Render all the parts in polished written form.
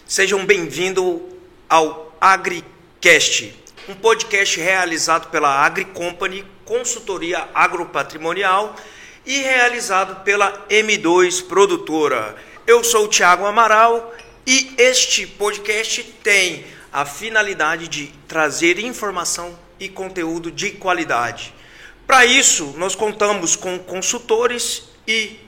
Sejam bem-vindos ao AgriCast, um podcast realizado pela AgriCompany, consultoria agropatrimonial, e realizado pela M2 Produtora. Eu sou o Thiago Amaral e este podcast tem a finalidade de trazer informação e conteúdo de qualidade. Para isso, nós contamos com consultores e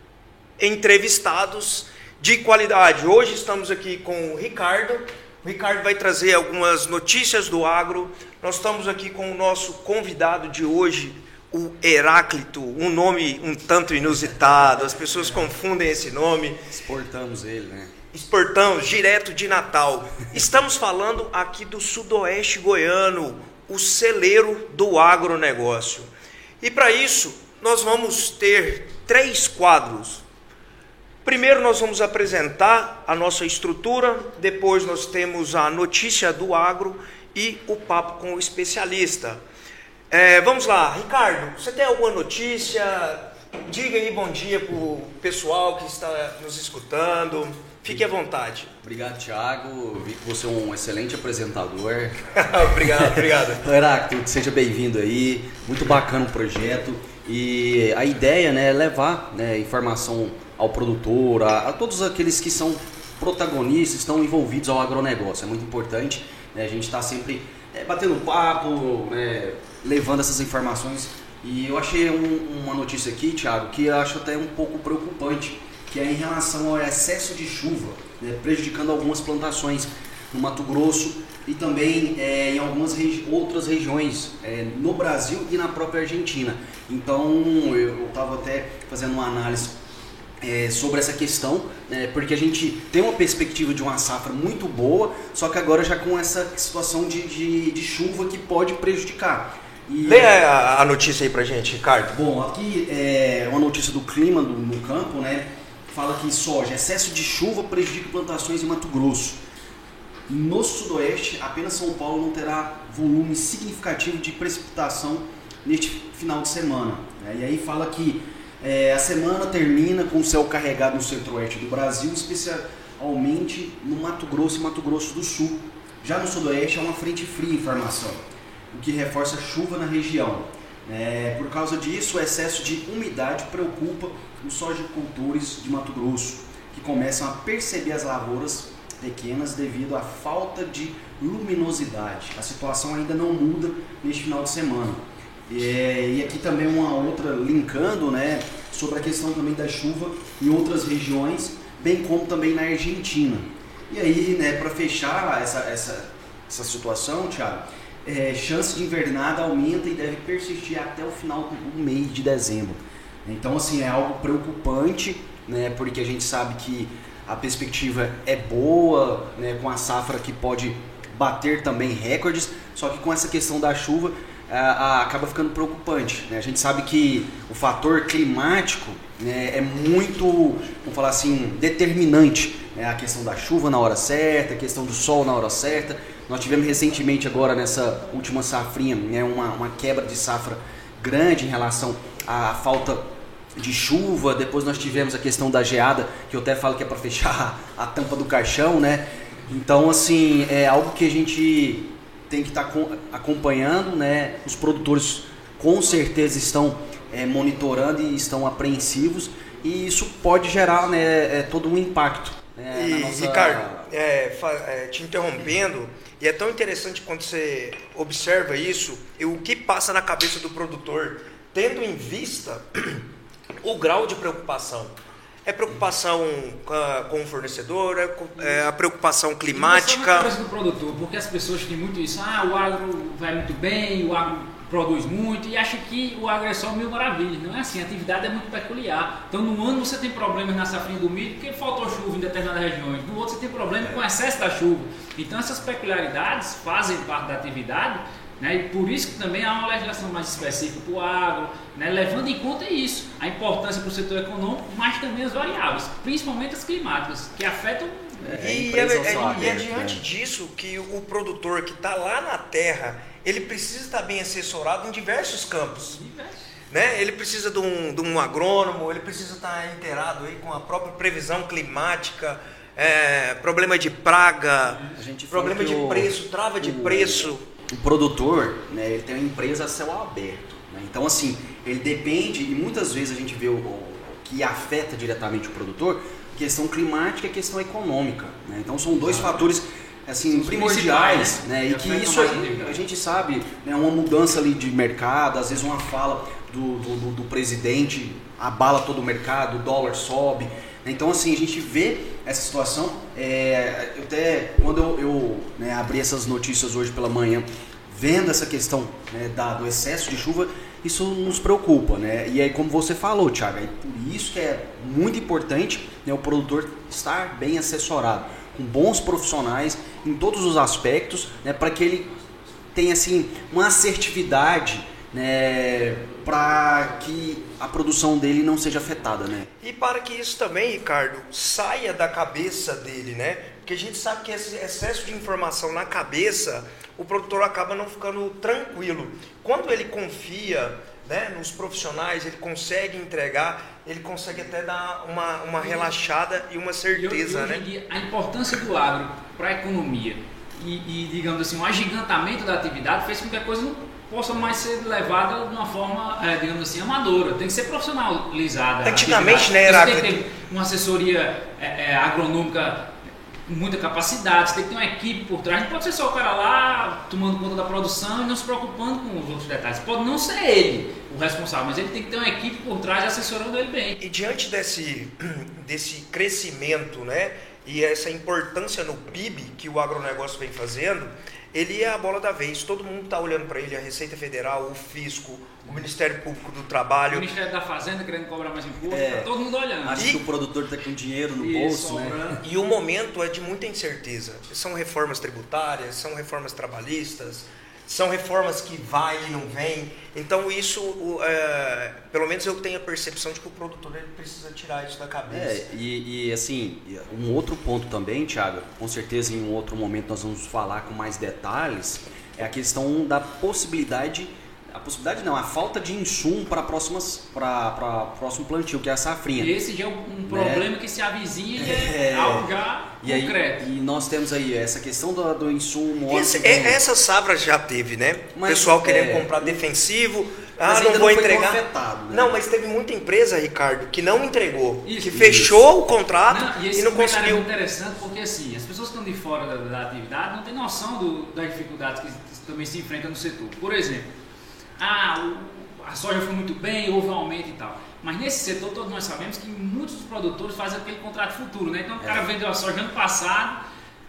entrevistados de qualidade. Hoje estamos aqui com o Ricardo. O Ricardo vai trazer algumas notícias do agro. Nós estamos aqui com o nosso convidado de hoje, o Heráclito, um nome um tanto inusitado. As pessoas confundem esse nome. Exportamos ele, né? Exportamos direto de Natal. Estamos falando aqui do Sudoeste Goiano, o celeiro do agronegócio. E para isso, nós vamos ter 3 quadros. Primeiro nós vamos apresentar a nossa estrutura, depois nós temos a notícia do agro e o papo com o especialista. Vamos lá, Ricardo, você tem alguma notícia? Diga aí bom dia para o pessoal que está nos escutando. Fique à vontade. Obrigado, Thiago. Vi que você é um excelente apresentador. Obrigado. Heráclito, seja bem-vindo aí. Muito bacana o projeto. E a ideia, né, é levar, né, informação ao produtor, a todos aqueles que são protagonistas, estão envolvidos ao agronegócio. É muito importante, né, a gente está sempre batendo papo, levando essas informações. E eu achei uma notícia aqui, Thiago, que eu acho até um pouco preocupante, que é em relação ao excesso de chuva, né, prejudicando algumas plantações no Mato Grosso e também em algumas outras regiões no Brasil e na própria Argentina. Então eu estava até fazendo uma análise sobre essa questão, porque a gente tem uma perspectiva de uma safra muito boa, só que agora já com essa situação de chuva que pode prejudicar. Lê a notícia aí pra gente, Ricardo. Bom, aqui é uma notícia do clima no campo, né? Fala que soja, excesso de chuva prejudica plantações em Mato Grosso. No sudoeste, apenas São Paulo não terá volume significativo de precipitação neste final de semana. E aí fala que a semana termina com o céu carregado no centro-oeste do Brasil, especialmente no Mato Grosso e Mato Grosso do Sul. Já no sudoeste há uma frente fria em formação, o que reforça a chuva na região. Por causa disso, o excesso de umidade preocupa os sojicultores de Mato Grosso, que começam a perceber as lavouras pequenas devido à falta de luminosidade. A situação ainda não muda neste final de semana. E aqui também uma outra linkando, né, sobre a questão também da chuva em outras regiões, bem como também na Argentina. E aí, né, para fechar essa situação, Thiago, chance de invernada aumenta e deve persistir até o final do mês de dezembro. Então, assim, é algo preocupante, né, porque a gente sabe que a perspectiva é boa, né, com a safra que pode bater também recordes, só que com essa questão da chuva acaba ficando preocupante, né? A gente sabe que o fator climático, né, é muito, vamos falar assim, determinante, né? A questão da chuva na hora certa, a questão do sol na hora certa. Nós tivemos recentemente agora nessa última safrinha, né, uma quebra de safra grande em relação à falta de chuva. Depois nós tivemos a questão da geada, que eu até falo que é para fechar a tampa do caixão, né? Então, assim, é algo que a gente tem que estar acompanhando, né? Os produtores com certeza estão monitorando e estão apreensivos, e isso pode gerar, né, todo um impacto. E, na nossa... Ricardo, te interrompendo, e é tão interessante quando você observa isso, e o que passa na cabeça do produtor, tendo em vista o grau de preocupação. É preocupação com o fornecedor, a preocupação climática. Na cabeça do produtor, porque as pessoas têm muito isso, o agro vai muito bem, o agro produz muito, e acha que o agro é só mil maravilhas. Não é assim, a atividade é muito peculiar. Então, no ano você tem problemas na safrinha do milho porque faltou chuva em determinadas regiões, no outro você tem problema com o excesso da chuva. Então, essas peculiaridades fazem parte da atividade, né? E por isso que também há uma legislação mais específica para o agro, né? Levando em conta isso, a importância para o setor econômico, mas também as variáveis, principalmente as climáticas, que afetam. E é diante disso que o produtor que está lá na terra, ele precisa estar bem assessorado em diversos campos. Né? Ele precisa de um agrônomo, ele precisa estar inteirado aí com a própria previsão climática, problema de praga, A gente problema de preço, trava de preço. O produtor, né, ele tem uma empresa a céu aberto, né? Então assim, ele depende, e muitas vezes a gente vê o que afeta diretamente o produtor, questão climática e questão econômica, né? Então são dois fatores assim, primordiais, né? E que isso aí a gente sabe, né, uma mudança ali de mercado, às vezes uma fala do presidente abala todo o mercado, o dólar sobe, né? Então assim, a gente vê essa situação, até quando eu né, abri essas notícias hoje pela manhã, vendo essa questão, né, do excesso de chuva, isso nos preocupa, né? E aí, como você falou, Thiago, é por isso que é muito importante, né, o produtor estar bem assessorado, com bons profissionais em todos os aspectos, né, para que ele tenha assim, uma assertividade, né, para que a produção dele não seja afetada, né? E para que isso também, Ricardo, saia da cabeça dele, né? Porque a gente sabe que esse excesso de informação na cabeça, o produtor acaba não ficando tranquilo. Quando ele confia, né, nos profissionais, ele consegue entregar, ele consegue até dar uma relaxada e uma certeza, hoje né? em dia, a importância do agro para a economia e, digamos assim, o agigantamento da atividade fez com que a coisa não possa mais ser levada de uma forma, digamos assim, amadora. Tem que ser profissionalizada. Antigamente, né, Heráclito? Você tem que ter uma assessoria agronômica com muita capacidade, você tem que ter uma equipe por trás. Não pode ser só o cara lá tomando conta da produção e não se preocupando com os outros detalhes. Pode não ser ele o responsável, mas ele tem que ter uma equipe por trás assessorando ele bem. E diante desse crescimento, né, e essa importância no PIB que o agronegócio vem fazendo, ele é a bola da vez, todo mundo está olhando para ele, a Receita Federal, o Fisco, o Ministério Público do Trabalho. O Ministério da Fazenda querendo cobrar mais imposto, está todo mundo olhando. Acho que o produtor está com dinheiro no bolso, né? E o momento é de muita incerteza. São reformas tributárias, são reformas trabalhistas, são reformas que vai e não vem. Então isso, pelo menos eu tenho a percepção de que o produtor ele precisa tirar isso da cabeça. E assim, um outro ponto também, Thiago, com certeza em um outro momento nós vamos falar com mais detalhes, é a questão da a falta de insumo para próximo plantio, que é a safrinha. Esse já é um problema, né, que se avizinha e algo já concreto. E nós temos aí essa questão do insumo. Essa safra já teve, né? O pessoal querendo comprar defensivo. Não vou entregar. Afetado, né? Não, mas teve muita empresa, Ricardo, que não entregou, que fechou o contrato e não conseguiu. É muito interessante porque assim, as pessoas que estão de fora da atividade não têm noção das dificuldades que também se enfrentam no setor. Por exemplo, a soja foi muito bem, houve um aumento e tal. Mas nesse setor todos nós sabemos que muitos dos produtores fazem aquele contrato futuro, né? Então o cara vendeu a soja ano passado,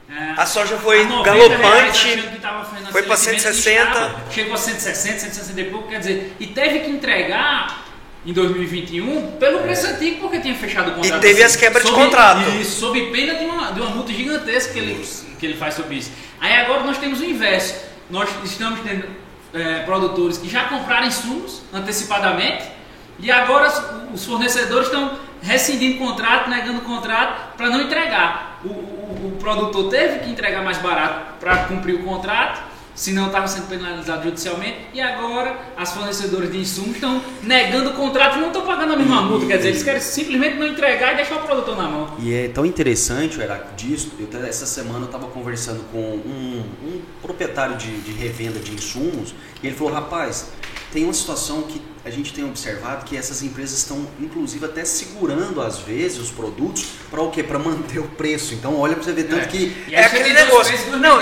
a soja foi galopante, foi para 160, chegou a 160, 160 e pouco, quer dizer, e teve que entregar em 2021 pelo preço antigo, porque tinha fechado o contrato. E teve as quebras de contrato. Isso, sob pena de uma multa gigantesca que ele faz sobre isso. Aí agora nós temos o inverso, nós estamos tendo produtores que já compraram insumos antecipadamente e agora os fornecedores estão rescindindo contrato, negando contrato para não entregar. O produtor teve que entregar mais barato para cumprir o contrato, senão estava sendo penalizado judicialmente, e agora as fornecedoras de insumos estão negando o contrato e não estão pagando a mesma multa. Quer dizer, eles querem simplesmente não entregar e deixar o produtor na mão. E é tão interessante, Heráclito, disso. Essa semana eu estava conversando com um proprietário de revenda de insumos, e ele falou: rapaz, tem uma situação que a gente tem observado que essas empresas estão, inclusive, até segurando, às vezes, os produtos para o quê? Para manter o preço. Então, olha para você ver tanto que... E aquele negócio.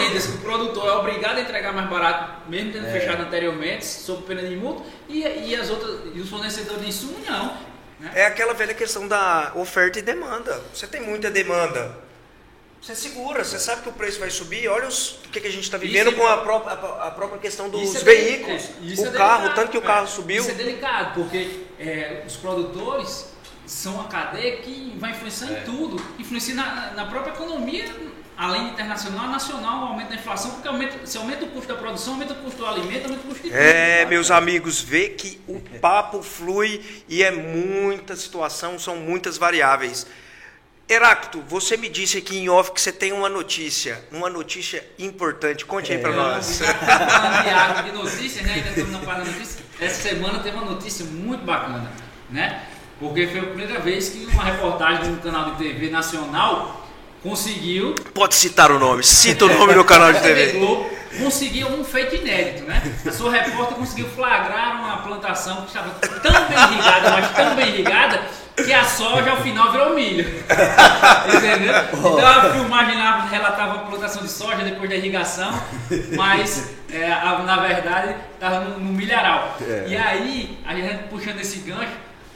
O produtor é obrigado a entregar mais barato, mesmo tendo fechado anteriormente, sob pena de multa, e os fornecedores de insumo não. Né? É aquela velha questão da oferta e demanda. Você tem muita demanda, você segura, você sabe que o preço vai subir. Olha o que a gente está vivendo com a própria questão dos veículos, o carro, tanto que o carro subiu. Isso é delicado, porque os produtores são a cadeia que vai influenciar em tudo, influencia na própria economia, além internacional, nacional, o aumento da inflação, porque se aumenta o custo da produção, aumenta o custo do alimento, aumenta o custo de tudo. Meus amigos, vê que o papo flui e é muita situação, são muitas variáveis. Heráclito, você me disse aqui em off que você tem uma notícia importante. Conte aí pra nós. Falando de notícias, né? Ainda estamos na parte da notícia. Essa semana teve uma notícia muito bacana, né? Porque foi a primeira vez que uma reportagem de um canal de TV nacional conseguiu... Pode citar o nome, cita o nome no canal de TV. Globo conseguiu um feito inédito, né? A sua repórter conseguiu flagrar uma plantação que estava tão bem irrigada, mas tão bem irrigada, que a soja ao final virou milho. Entendeu? Então a filmagem lá relatava a plantação de soja depois da irrigação, mas na verdade estava no milharal. E aí, a gente puxando esse gancho,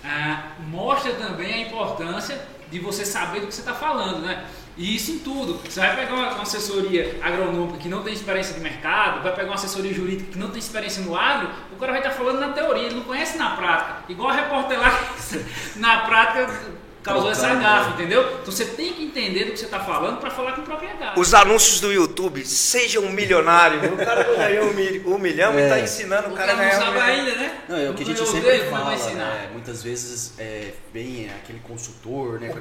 mostra também a importância de você saber do que você está falando, né? E isso em tudo. Você vai pegar uma assessoria agronômica que não tem experiência de mercado, vai pegar uma assessoria jurídica que não tem experiência no agro, o cara vai estar falando na teoria, ele não conhece na prática. Igual a repórter lá, na prática causou essa gafe, entendeu? Então você tem que entender do que você está falando para falar com propriedade. Os anúncios do YouTube, seja um milionário, o cara não ganhou um milhão e está ensinando o cara a ganhar não sabe ainda, né? Não, é o que a gente sempre fala, né? Muitas vezes vem aquele consultor, né?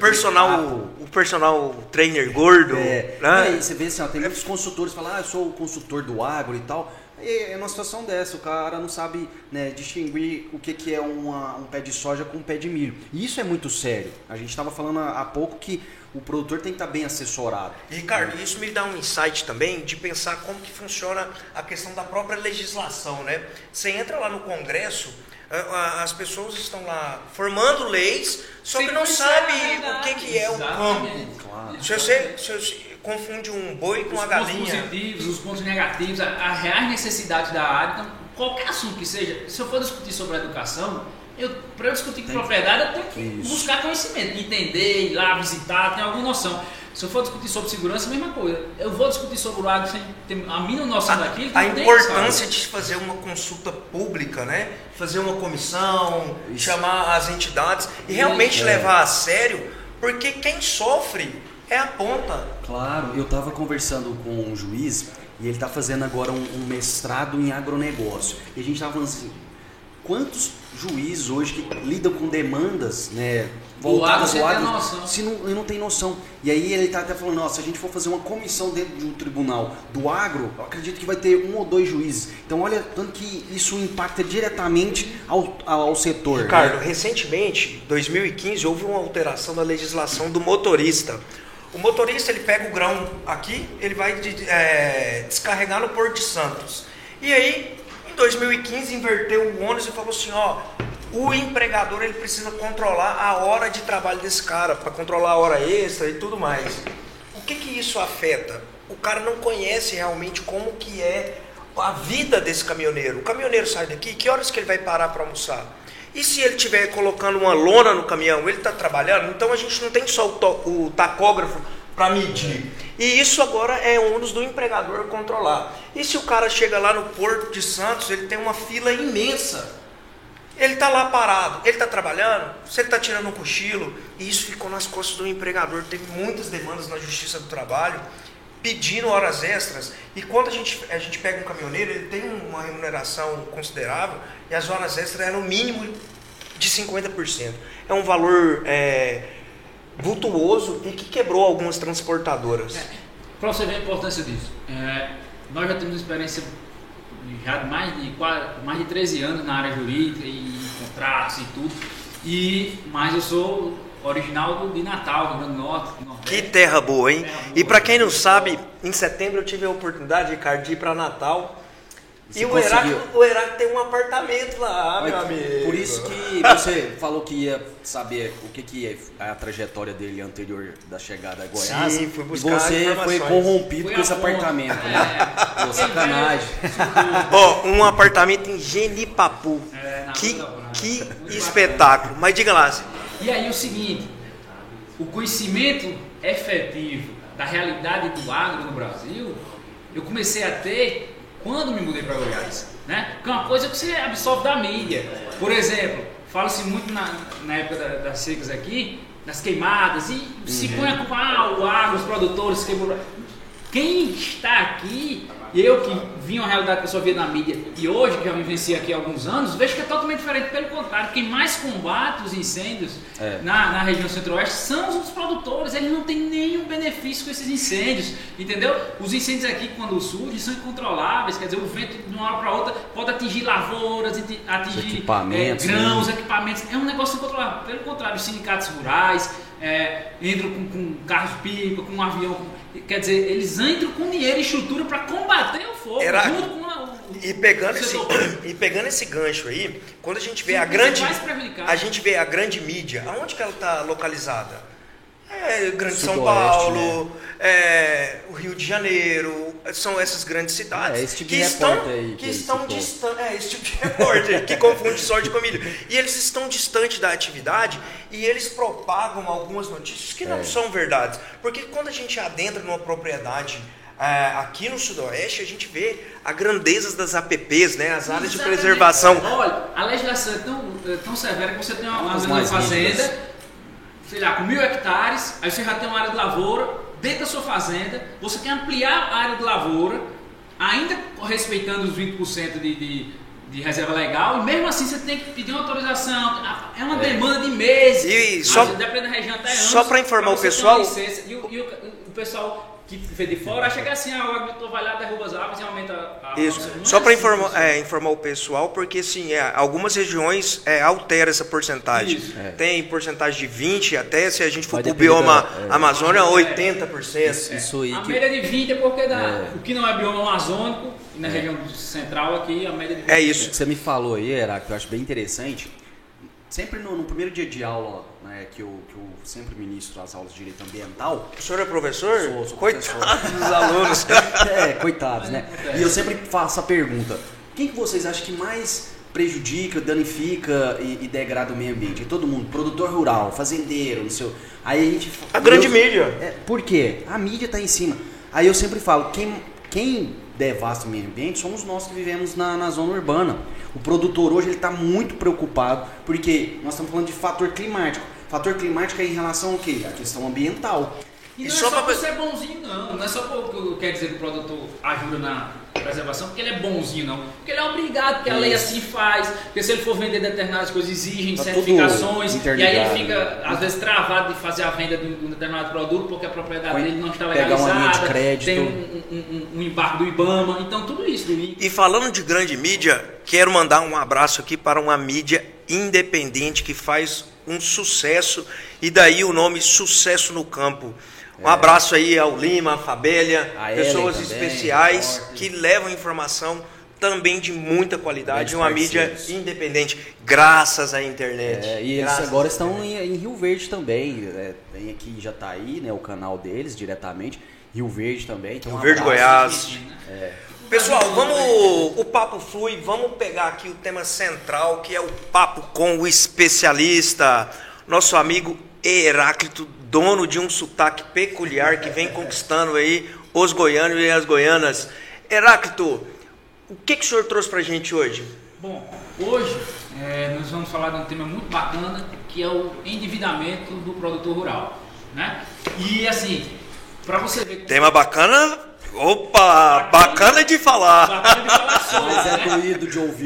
O personal trainer gordo. Né? E você vê assim, tem muitos consultores que falam, eu sou o consultor do agro e tal. E é uma situação dessa, o cara não sabe, né, distinguir o que é um pé de soja com um pé de milho. E isso é muito sério. A gente estava falando há pouco que o produtor tem que estar bem assessorado. Ricardo, isso me dá um insight também de pensar como que funciona a questão da própria legislação, né? Você entra lá no Congresso, as pessoas estão lá formando leis, só que não sabem o que é o campo. Claro. Se você confunde um boi com uma galinha. Os pontos positivos, os pontos negativos, a real necessidade da área. Então, qualquer assunto que seja, se eu for discutir sobre a educação, para eu discutir com propriedade, eu tenho que buscar conhecimento, entender, ir lá, visitar, ter alguma noção. Se eu for discutir sobre segurança, a mesma coisa. Eu vou discutir sobre o agro sem ter a mínima noção daquilo. A importância de fazer uma consulta pública, né? Fazer uma comissão, chamar as entidades e realmente levar a sério, porque quem sofre é a ponta. Claro, eu estava conversando com um juiz e ele está fazendo agora um mestrado em agronegócio. E a gente estava falando assim, quantos juízes hoje que lidam com demandas, né, voltadas ao agro, se não tem noção. E aí ele está até falando, se a gente for fazer uma comissão dentro de um tribunal do agro, eu acredito que vai ter 1 ou 2 juízes. Então olha tanto que isso impacta diretamente ao setor. Ricardo, recentemente, em 2015, houve uma alteração da legislação do motorista. O motorista, ele pega o grão aqui, ele vai descarregar no Porto de Santos. E aí, em 2015, inverteu o ônus e falou assim, o empregador, ele precisa controlar a hora de trabalho desse cara, para controlar a hora extra e tudo mais. O que isso afeta? O cara não conhece realmente como que é a vida desse caminhoneiro. O caminhoneiro sai daqui, que horas que ele vai parar para almoçar? E se ele estiver colocando uma lona no caminhão, ele está trabalhando? Então a gente não tem só o tacógrafo para medir. E isso agora é ônus do empregador controlar. E se o cara chega lá no Porto de Santos, ele tem uma fila imensa. Ele está lá parado, ele está trabalhando, se ele está tirando um cochilo, e isso ficou nas costas do empregador. Teve muitas demandas na Justiça do Trabalho pedindo horas extras, e quando a gente pega um caminhoneiro, ele tem uma remuneração considerável, e as horas extras eram no mínimo de 50%. É um valor vultuoso e que quebrou algumas transportadoras. Para você ver a importância disso, nós já temos experiência já de mais de 13 anos na área jurídica e contratos e tudo, mas eu sou original de Natal, do Rio Grande do Norte. Que terra boa, hein? E para quem não sabe, em setembro eu tive a oportunidade, Ricardo, de ir para Natal. E o Heráclito tem um apartamento lá, meu amigo. Por isso que você falou que ia saber o que é a trajetória dele anterior da chegada a Goiás. Sim, fui buscar e você foi corrompido com esse apartamento, né? Pô, sacanagem. Um apartamento em Genipapu. Que espetáculo. Mas diga lá. E aí o seguinte, o conhecimento efetivo da realidade do agro no Brasil, eu comecei a ter quando me mudei para Goiás, né? Que é uma coisa que você absorve da mídia. Por exemplo, fala-se muito na época das secas aqui, das queimadas, e se põe a culpa, o agro, os produtores, quem está aqui, eu que vi uma realidade que eu só via na mídia e hoje, que já vivenciei aqui há alguns anos, vejo que é totalmente diferente. Pelo contrário, quem mais combate os incêndios na região centro-oeste são os produtores. Eles não têm nenhum benefício com esses incêndios, entendeu? Os incêndios aqui, quando surgem, são incontroláveis. Quer dizer, o vento de uma hora para outra pode atingir lavouras, atingir grãos, equipamentos. É um negócio incontrolável. Pelo contrário, os sindicatos rurais, entram com carros-pipa, com um avião. Quer dizer, eles entram com dinheiro e estrutura para combater o fogo. Junto com e pegando esse gancho aí, quando a gente vê a gente vê a grande mídia, aonde que ela está localizada? Grande São Paulo, o Rio de Janeiro, são essas grandes cidades esse tipo de repórter que estão distantes, esse tipo de repórter que confunde sorte com milho. E eles estão distantes da atividade e eles propagam algumas notícias que não são verdades. Porque quando a gente adentra numa propriedade aqui no Sudoeste, a gente vê a grandeza das APPs, né? As áreas de preservação. Olha, a legislação é tão severa que você tem uma fazenda, sei lá, com 1.000 hectares, aí você já tem uma área de lavoura, dentro da sua fazenda, você quer ampliar a área de lavoura, ainda respeitando os 20% de reserva legal, e mesmo assim você tem que pedir uma autorização, é uma demanda de meses, e depende da região até anos. Só para informar o pessoal... E o pessoal que vê de fora acha que é assim, o agricultor vai lá, derruba as árvores e aumenta a Isso, só para informar o pessoal, porque assim, algumas regiões alteram essa porcentagem. Tem porcentagem de 20% até, se a gente for para o bioma Amazônia, 80%. Isso aí. A média de 20% é porque o que não é bioma amazônico, na região central aqui, a média de 20%. É isso. Que você me falou aí, Heráclito, que eu acho bem interessante. Sempre no primeiro dia de aula, né, que eu sempre ministro as aulas de direito ambiental. O senhor é professor? Sou Coitados dos alunos. Coitados, né? E eu sempre faço a pergunta: quem que vocês acham que mais prejudica, danifica e degrada o meio ambiente? Todo mundo, produtor rural, fazendeiro, não sei. Aí a gente. A grande mídia. Por quê? A mídia está em cima. Aí eu sempre falo: quem devasta o meio ambiente somos nós que vivemos na zona urbana. O produtor hoje ele está muito preocupado porque nós estamos falando de fator climático. Fator climático é em relação ao quê? A questão ambiental. E não é só por ser bonzinho, não. Não é só porque quer dizer que o produtor ajuda na preservação, porque ele é bonzinho, não. Porque ele é obrigado, porque a lei assim faz. Porque se ele for vender determinadas coisas, exigem certificações. E aí ele fica, às vezes, travado de fazer a venda de um determinado produto porque a propriedade dele não está legalizada. Pegar uma linha de crédito. Tem um embargo do IBAMA. Então, tudo isso. E falando de grande mídia, quero mandar um abraço aqui para uma mídia independente que faz um sucesso. E daí o nome Sucesso no Campo. Um abraço aí ao Lima, a Fabélia, pessoas também, especiais que levam informação também de muita qualidade, uma mídia independente, graças à internet. E eles agora estão em Rio Verde também, tem aqui Jataí, né, o canal deles diretamente, Rio Verde também. Então Rio Verde, Goiás. Pessoal, o papo flui, vamos pegar aqui o tema central, que é o papo com o especialista, nosso amigo Heráclito, dono de um sotaque peculiar que vem conquistando aí os goianos e as goianas. Heráclito, o que o senhor trouxe pra gente hoje? Bom, hoje nós vamos falar de um tema muito bacana, que é o endividamento do produtor rural, né? E assim, para você ver... Tema bacana? Opa, bacana de falar. Bacana de falar sobre, mas é doído de ouvir.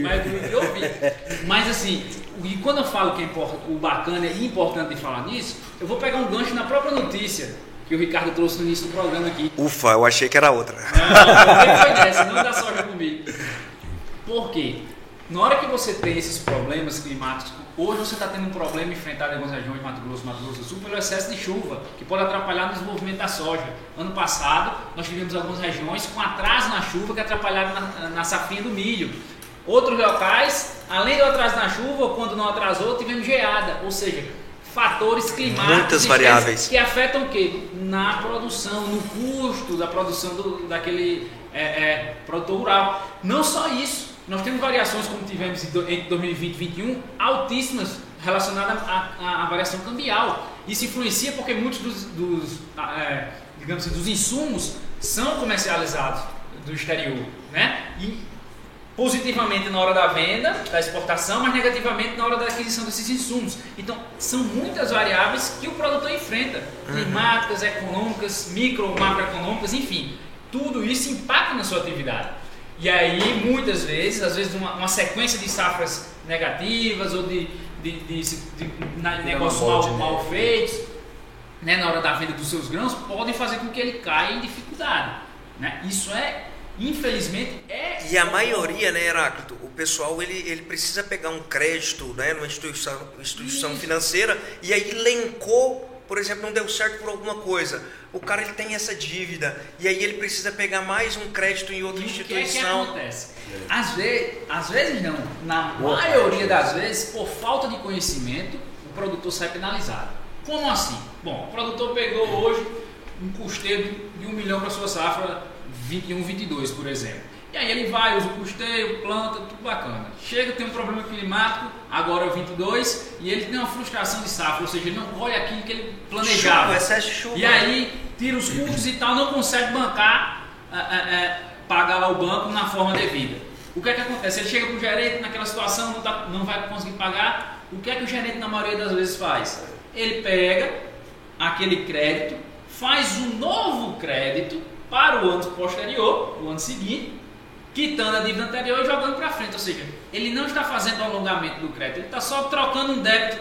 Mas assim, e quando eu falo que o bacana e importante de falar nisso, eu vou pegar um gancho na própria notícia que o Ricardo trouxe no início do programa aqui. Ufa, eu achei que era outra. Não foi dessa, não dá sorte comigo. Por quê? Na hora que você tem esses problemas climáticos, hoje você está tendo um problema enfrentado em algumas regiões de Mato Grosso do Sul pelo excesso de chuva, que pode atrapalhar no desenvolvimento da soja. Ano passado, nós tivemos algumas regiões com atraso na chuva que atrapalharam na safrinha do milho. Outros locais, além do atraso na chuva, quando não atrasou, tivemos geada, ou seja, fatores climáticos muitas variáveis que afetam o quê? Na produção, no custo da produção daquele produtor rural. Não só isso, nós temos variações como tivemos entre 2020 e 2021 altíssimas relacionadas à variação cambial. Isso influencia porque muitos digamos assim, dos insumos são comercializados do exterior, né? E positivamente na hora da venda, da exportação, mas negativamente na hora da aquisição desses insumos. Então, são muitas variáveis que o produtor enfrenta, climáticas, econômicas, macroeconômicas, enfim, tudo isso impacta na sua atividade. E aí, muitas vezes, às vezes uma sequência de safras negativas ou de negócios mal feitos, né, na hora da venda dos seus grãos, podem fazer com que ele caia em dificuldade, né? Isso infelizmente E a maioria, né, Heráclito, o pessoal ele precisa pegar um crédito, né, numa instituição financeira, e aí elencou por exemplo, não deu certo por alguma coisa. O cara ele tem essa dívida e aí ele precisa pegar mais um crédito em outra instituição. O que acontece? Às vezes não, na maioria das vezes, por falta de conhecimento, o produtor sai penalizado. Como assim? Bom, o produtor pegou hoje um custeio de 1 milhão para sua safra 21-22, por exemplo. E aí ele vai, usa o custeio, planta, tudo bacana. Chega, tem um problema climático, agora é o 22, e ele tem uma frustração de safra, ou seja, ele não colhe aquilo que ele planejava. Chuva, excesso de chuva. E aí tira os custos e tal, não consegue bancar, pagar lá o banco na forma devida. O que é que acontece? Ele chega para o gerente naquela situação, não vai conseguir pagar. O que é que o gerente na maioria das vezes faz? Ele pega aquele crédito, faz um novo crédito para o ano posterior, o ano seguinte, quitando a dívida anterior e jogando para frente. Ou seja, ele não está fazendo o alongamento do crédito, ele está só trocando um débito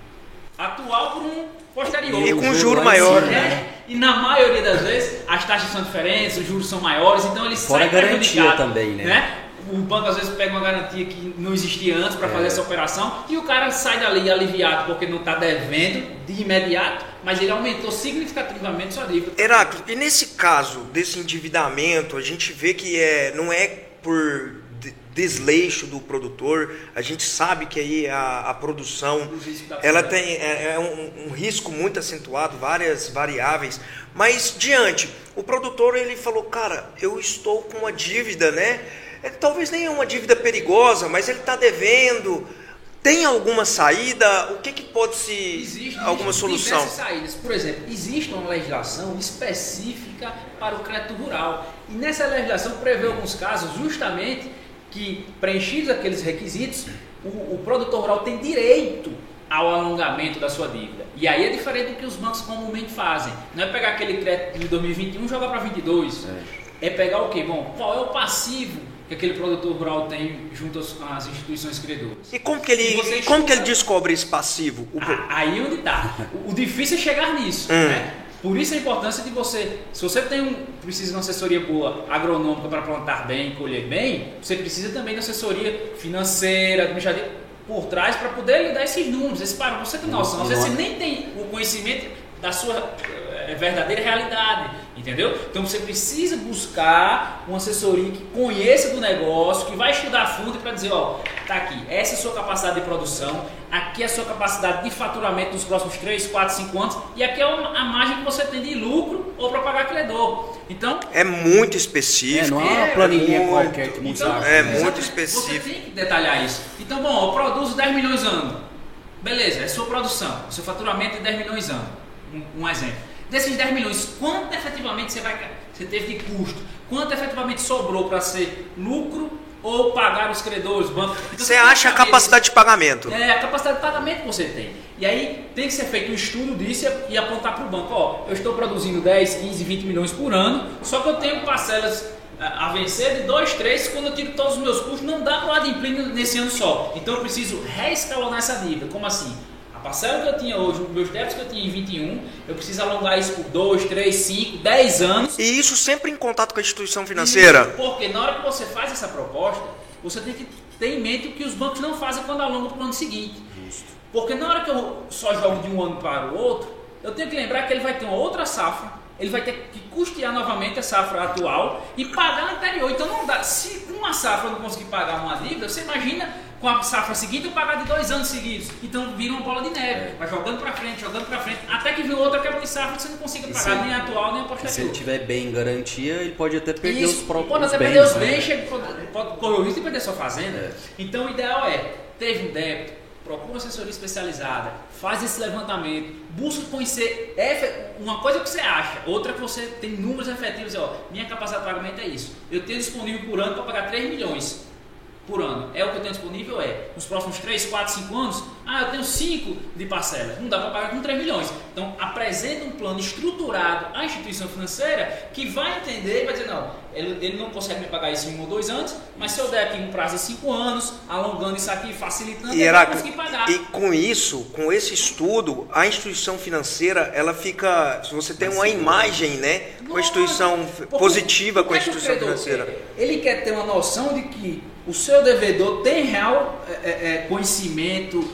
atual por um posterior. E com juro maior. E na maioria das vezes, as taxas são diferentes, os juros são maiores, então ele fora sai garantia prejudicado também, né? O banco às vezes pega uma garantia que não existia antes para fazer essa operação e o cara sai dali aliviado porque não está devendo de imediato, mas ele aumentou significativamente sua dívida. Heráclito, e nesse caso desse endividamento, a gente vê que não é por desleixo do produtor, a gente sabe que aí a produção ela tem um risco muito acentuado, várias variáveis, mas diante, o produtor ele falou, cara, eu estou com uma dívida, né? Talvez nem é uma dívida perigosa, mas ele está devendo. Tem alguma saída? O que pode se... alguma solução? Diversas saídas. Por exemplo, existe uma legislação específica para o crédito rural. E nessa legislação prevê alguns casos justamente que, preenchidos aqueles requisitos, o produtor rural tem direito ao alongamento da sua dívida. E aí é diferente do que os bancos comumente fazem. Não é pegar aquele crédito de 2021 e jogar para 22. É pegar o quê? Bom, qual é o passivo que aquele produtor rural tem junto às instituições credoras. E como que ele descobre esse passivo? Aí onde está. O difícil é chegar nisso. Né? Por isso a importância de você, se você precisa de uma assessoria boa agronômica para plantar bem e colher bem, você precisa também de assessoria financeira, administrativa por trás para poder lhe dar esses números, você tem noção. Às vezes você nem tem o conhecimento da sua verdadeira realidade, entendeu? Então você precisa buscar uma assessoria que conheça do negócio, que vai estudar a fundo para dizer, ó, tá aqui, essa é a sua capacidade de produção, aqui é a sua capacidade de faturamento nos próximos 3, 4, 5 anos e aqui é a margem que você tem de lucro ou para pagar credor. Então, é muito específico. Não é uma planilha qualquer que muito então, é muito específico. Você tem que detalhar isso. Então, bom, eu produzo 10 milhões ano. Beleza, é sua produção, seu faturamento é 10 milhões ano. Um exemplo. Desses 10 milhões, quanto efetivamente você teve de custo? Quanto efetivamente sobrou para ser lucro ou pagar os credores, bancos? Então, você acha a capacidade de pagamento? É, a capacidade de pagamento que você tem. E aí tem que ser feito um estudo disso e apontar para o banco. Ó, eu estou produzindo 10, 15, 20 milhões por ano, só que eu tenho parcelas a vencer de 2, 3, quando eu tiro todos os meus custos, não dá para o adimplênio nesse ano só. Então eu preciso reescalonar essa dívida. Como assim? A parcela que eu tinha hoje, os meus débitos que eu tinha em 21, eu preciso alongar isso por 2, 3, 5, 10 anos. E isso sempre em contato com a instituição financeira? Isso, porque na hora que você faz essa proposta, você tem que ter em mente o que os bancos não fazem quando alongam para o ano seguinte. Justo. Porque na hora que eu só jogo de um ano para o outro, eu tenho que lembrar que ele vai ter uma outra safra, ele vai ter que custear novamente a safra atual e pagar a anterior. Então não dá. Se uma safra eu não conseguir pagar uma dívida, você imagina com a safra seguinte eu pagar de 2 anos seguidos. Então vira uma bola de neve. Vai jogando pra frente, até que vem outra quebra de safra que você não consiga pagar nem a atual nem a posterior. Se ele tiver bem em garantia, ele pode até perder os próprios bens. Pode até perder os bens, pode correr o risco de perder sua fazenda. Então o ideal teve um débito, procura uma assessoria especializada, faz esse levantamento, busca conhecer uma coisa que você acha, outra que você tem números efetivos, minha capacidade de pagamento é isso. Eu tenho disponível por ano para pagar 3 milhões por ano. É o que eu tenho disponível? Nos próximos 3, 4, 5 anos, eu tenho 5 de parcelas. Não dá para pagar com 3 milhões. Então, apresenta um plano estruturado à instituição financeira que vai entender e vai dizer, não, ele não consegue me pagar isso em 1 ou 2 anos, mas se eu der aqui um prazo de 5 anos, alongando isso aqui, facilitando, ele vai conseguir pagar. E com isso, com esse estudo, a instituição financeira, ela fica, se você tem uma imagem, né, com a instituição positiva com a instituição financeira. Ele quer ter uma noção de que o seu devedor tem real conhecimento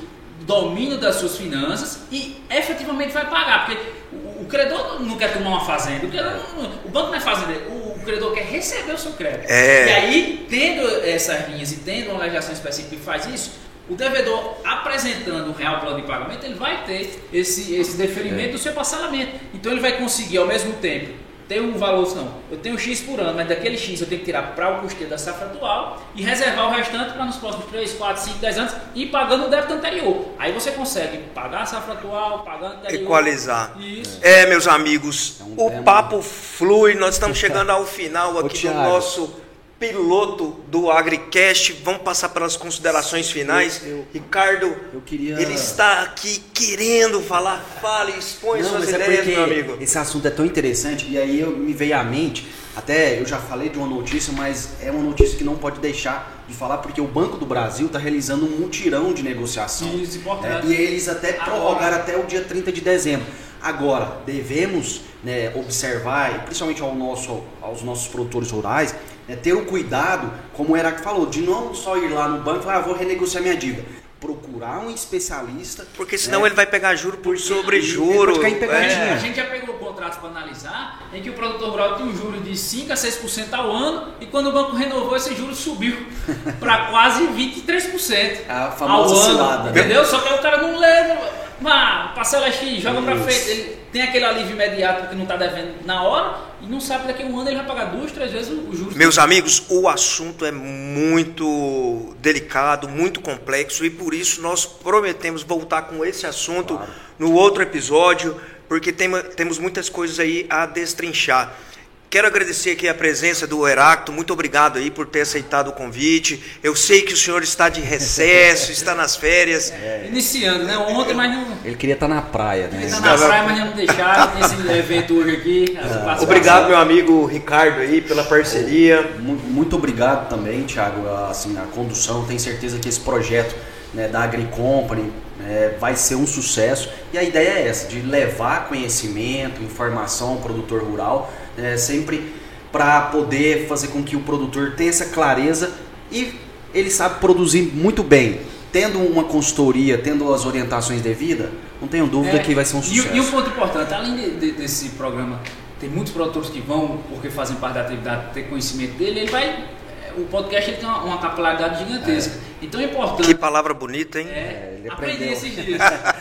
domínio das suas finanças e efetivamente vai pagar, porque o credor não quer tomar uma fazenda, o banco não é fazendeiro, o credor quer receber o seu crédito. E aí, tendo essas linhas e tendo uma legislação específica que faz isso, o devedor apresentando o real plano de pagamento, ele vai ter esse deferimento do seu parcelamento. Então ele vai conseguir ao mesmo tempo ter um valor, não, eu tenho X por ano, mas daquele X eu tenho que tirar para o custeio da safra atual e reservar o restante para nos próximos 3, 4, 5, 10 anos ir pagando o débito anterior. Aí você consegue pagar a safra atual, pagando o anterior. Equalizar. Isso. Meus amigos, o papo flui, nós estamos chegando ao final aqui do nosso piloto do AgriCast. Vamos passar pelas considerações finais. Ricardo, ele está aqui querendo falar. Fale, expõe suas ideias, meu amigo. Esse assunto é tão interessante e aí me veio à mente, até eu já falei de uma notícia, mas é uma notícia que não pode deixar de falar, porque o Banco do Brasil está realizando um mutirão de negociação. Isso, importante. E eles até prorrogaram até o dia 30 de dezembro. Agora, devemos observar, e principalmente aos nossos produtores rurais, ter o cuidado, como o Erac falou, de não só ir lá no banco e falar, vou renegociar minha dívida. Procurar um especialista. Porque senão ele vai pegar juro por sobre juro. A gente já pegou contratos para analisar em que o produtor rural tem um juro de 5% a 6% ao ano e quando o banco renovou, esse juro subiu para quase 23% a famosa ao ano. cilada, entendeu? Só que aí o cara não leva. Parcela X, joga pra frente, ele tem aquele alívio imediato porque não está devendo na hora e não sabe que daqui a um ano ele vai pagar 2, 3 vezes o juros. Meus amigos, o assunto é muito delicado, muito complexo e por isso nós prometemos voltar com esse assunto no outro episódio, porque temos muitas coisas aí a destrinchar. Quero agradecer aqui a presença do Heracto, muito obrigado aí por ter aceitado o convite. Eu sei que o senhor está de recesso, está nas férias. Iniciando, né? Ontem, mas não... Ele queria estar na praia, né? Ele está na praia, mas não deixaram. Tem esse evento hoje aqui. Obrigado, meu amigo Ricardo, aí, pela parceria. Muito obrigado também, Thiago, assim, a condução. Tenho certeza que esse projeto da AgriCompany vai ser um sucesso. E a ideia é essa, de levar conhecimento, informação ao produtor rural, sempre para poder fazer com que o produtor tenha essa clareza e ele sabe produzir muito bem. Tendo uma consultoria, tendo as orientações devidas, não tenho dúvida que vai ser um sucesso. E um ponto importante, além desse programa, tem muitos produtores que vão, porque fazem parte da atividade, ter conhecimento dele, o podcast ele tem uma capilaridade gigantesca. Então é importante... Que palavra bonita, hein? Ele aprendi esses dias.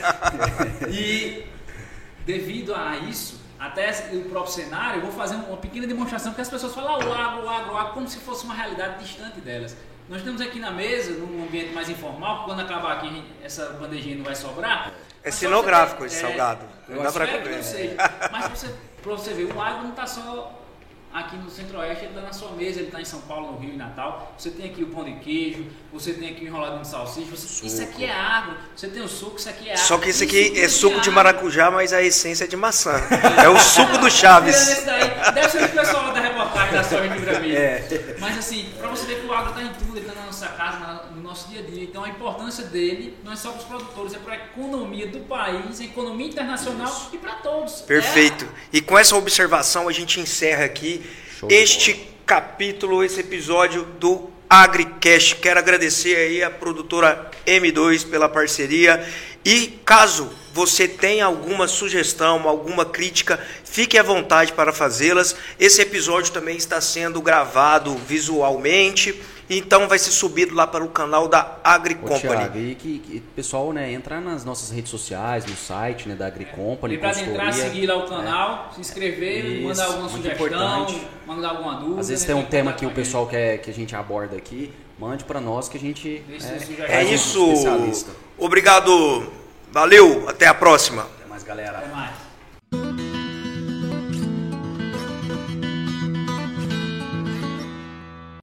E devido a isso, até o próprio cenário, eu vou fazer uma pequena demonstração, porque as pessoas falam o agro, como se fosse uma realidade distante delas. Nós estamos aqui na mesa, num ambiente mais informal, quando acabar aqui, essa bandejinha não vai sobrar. É cenográfico esse salgado. Não dá pra comer. Mas pra você ver, o agro não está só aqui no Centro-Oeste, ele está na sua mesa, ele está em São Paulo, no Rio e Natal. Você tem aqui o pão de queijo, você tem aqui o enroladinho de salsicha, isso aqui é agro. Você tem o suco, isso aqui é agro. Só que isso aqui é suco de maracujá, mas a essência é de maçã. É o suco do Chaves. Deve ser o pessoal da reportagem da Soja de Gramilha. Mas assim, para você ver que o agro está em tudo, ele está na nossa casa, no nosso dia a dia. Então a importância dele não é só para os produtores, é para a economia do país, a economia internacional e para todos. Perfeito. E com essa observação a gente encerra aqui este capítulo, esse episódio do AgriCast. Quero agradecer aí a produtora M2 pela parceria e caso você tenha alguma sugestão, alguma crítica, fique à vontade para fazê-las. Esse episódio também está sendo gravado visualmente, então vai ser subido lá para o canal da AgriCompany. Thiago, e que pessoal, entrar nas nossas redes sociais, no site da AgriCompany. E para entrar, seguir lá o canal, se inscrever, mandar alguma sugestão, mandar alguma dúvida. Às vezes tem um tema que o pessoal quer que a gente aborde aqui, mande para nós que a gente é isso. Obrigado, valeu, até a próxima. Até mais, galera. Até mais.